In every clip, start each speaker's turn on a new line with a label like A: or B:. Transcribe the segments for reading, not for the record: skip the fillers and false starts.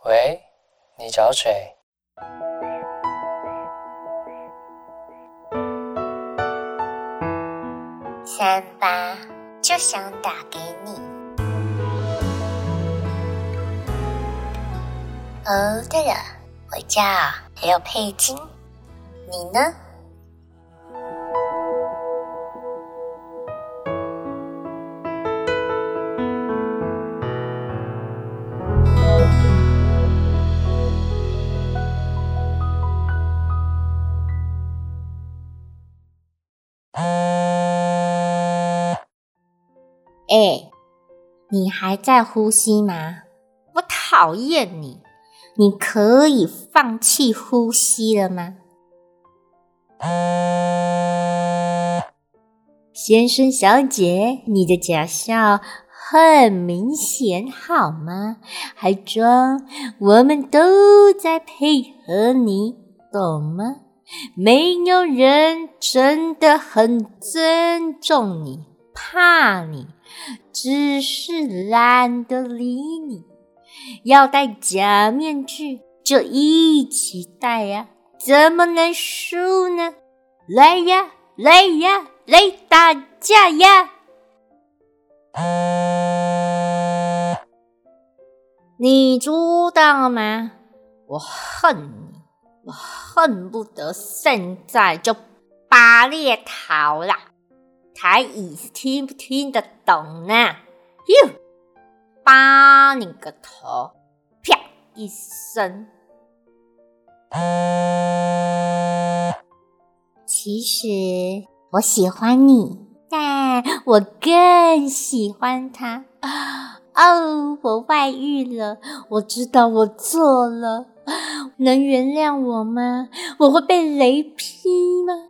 A: 喂，你找谁？
B: 38就想打给你。哦，对了，我叫刘佩金，你呢？你还在呼吸吗？我讨厌你，你可以放弃呼吸了吗？先生小姐，你的假笑很明显好吗？还装我们都在配合你，懂吗？没有人真的很尊重你，怕你，只是懒得理你。要戴假面具就一起戴呀，怎么能输呢？来呀，来呀，来打架呀！你知道吗？我恨你，我恨不得现在就拔猎头啦！台语听不听得懂呢？哟，拔你个头！啪一声。其实我喜欢你，但我更喜欢他。我外遇了，我知道我错了，能原谅我吗？我会被雷劈吗？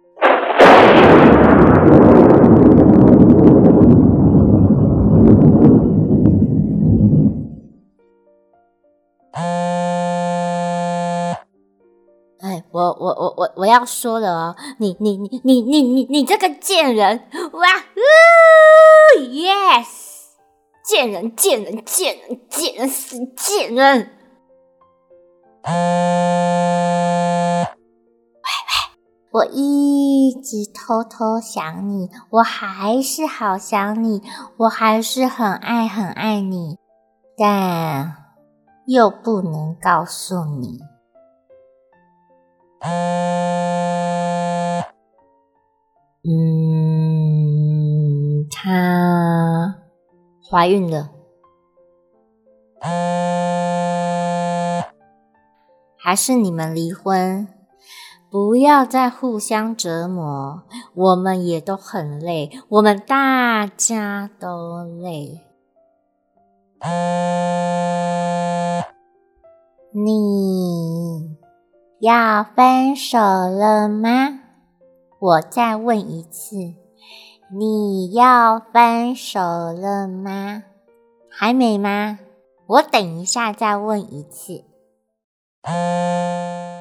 B: 我要说了哦，你这个贱人！哇，yes， 贱人死贱人！我一直偷偷想你，我还是好想你，我还是很爱你，但又不能告诉你。她怀孕了，还是你们离婚？不要再互相折磨，我们也都很累，我们大家都累。你要分手了吗？我再问一次，你要分手了吗？还没吗？我等一下再问一次。